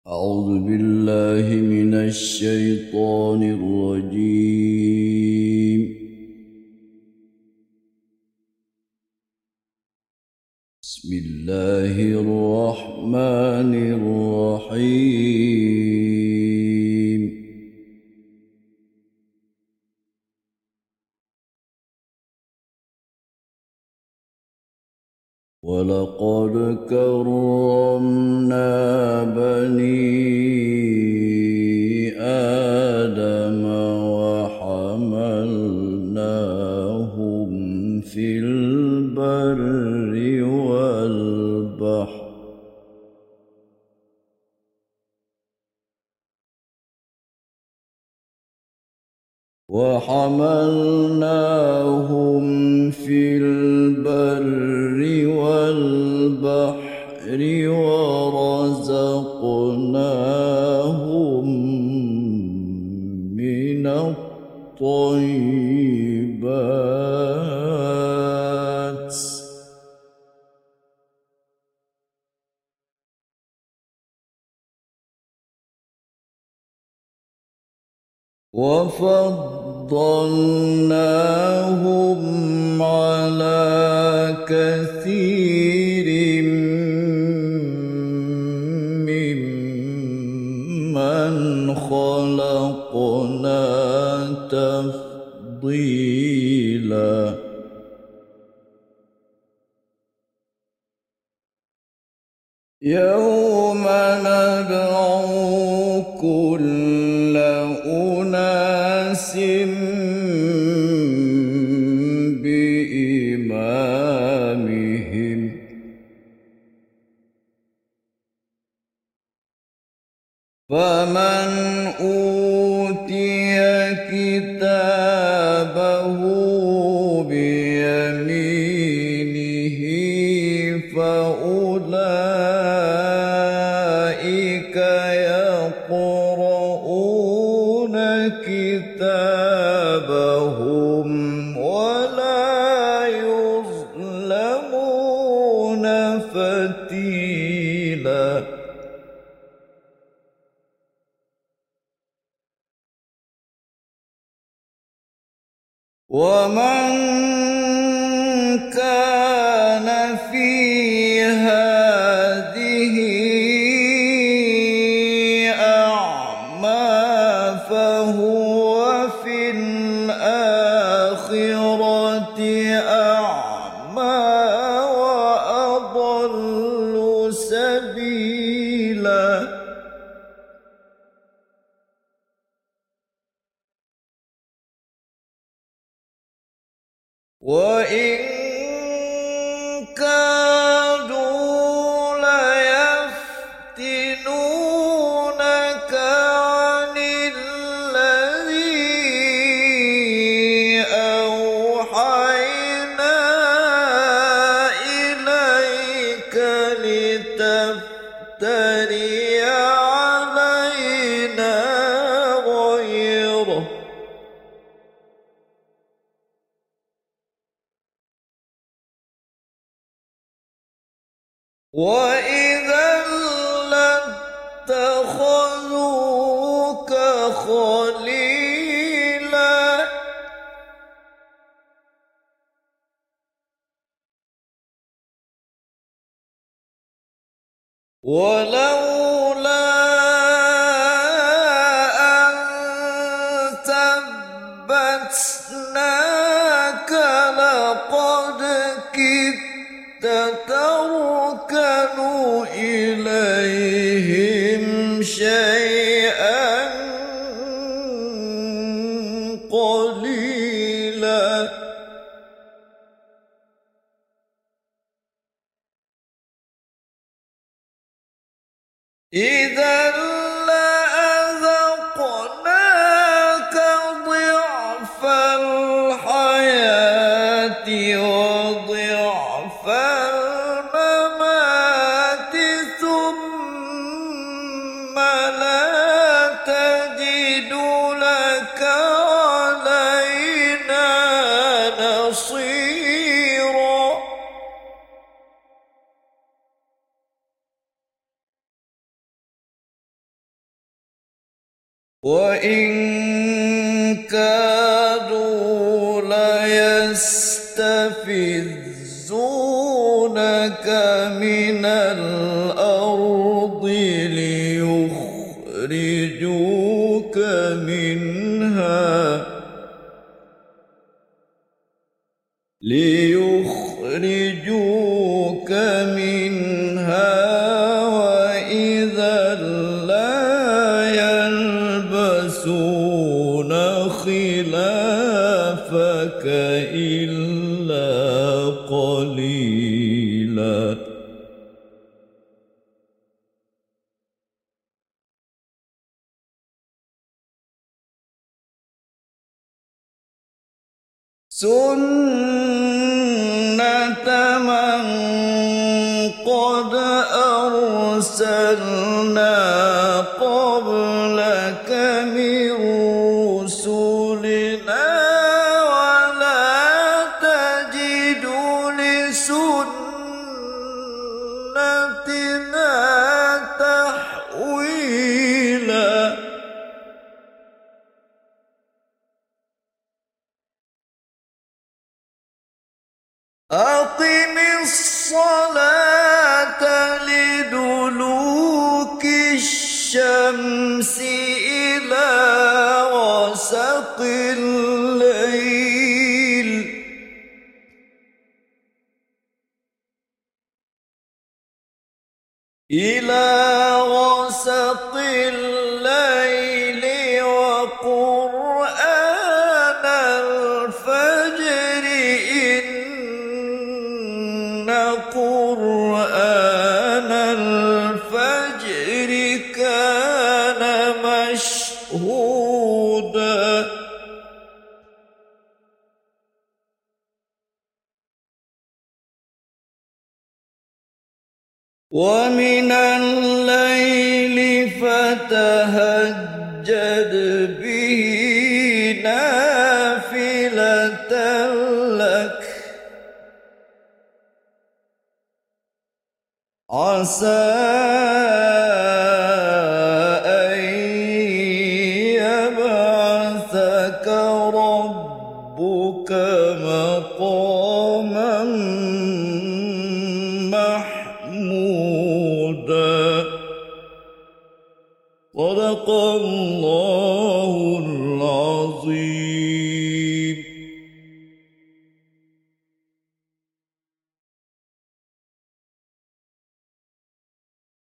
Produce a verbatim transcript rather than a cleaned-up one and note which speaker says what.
Speaker 1: أعوذ بالله من الشيطان الرجيم. بسم الله الرحمن الرحيم. ولقد كرمنا بني آدم وحملناهم في البر والبحر وحملناهم في البر والبحر ورزقناهم من الطيبات وفضلناهم على كثير ممن خلقنا تفضيلا. يوم ندعو كل أناس بإمامهم فمن أوتي كتابه بيمينه فأولئك يقرؤون كتابهم ولا يظلمون فتيلا. ومن كان في هذه أعمى فهو في الآخرة أعمى وأضل سبيلا. وإن كادوا ليفتنونك عن الذي أوحينا إليك لتفتري علينا غيره وإذا لاتخذوك خليلا. ولولا أن ثبتناك لقد كدت تركن إليهم شيئا قليلا. إذا لأذقناك ضعف الحياة وضعف الممات ثم لا تجد لك علينا نصيرا. وإن كادوا ليستفزونك من الأرض ليخرجوك منها ليخرجوك منها وإذا لا يلبسون خلافك إلا قليلا. سنة من قد أرسلنا قبلك من رسلنا ولا تجد لسنتنا تحويلا. أقم الصلاة لدلوك الشمس إلى غسق الليل إلى غسق الليل وقرآن الفجر إن قرآن الفجر كان مشهودا. ومن الليل فتهجد به نافلة لك عسى أن يبعثك ربك مقاما محمودا. صدق الله العظيم.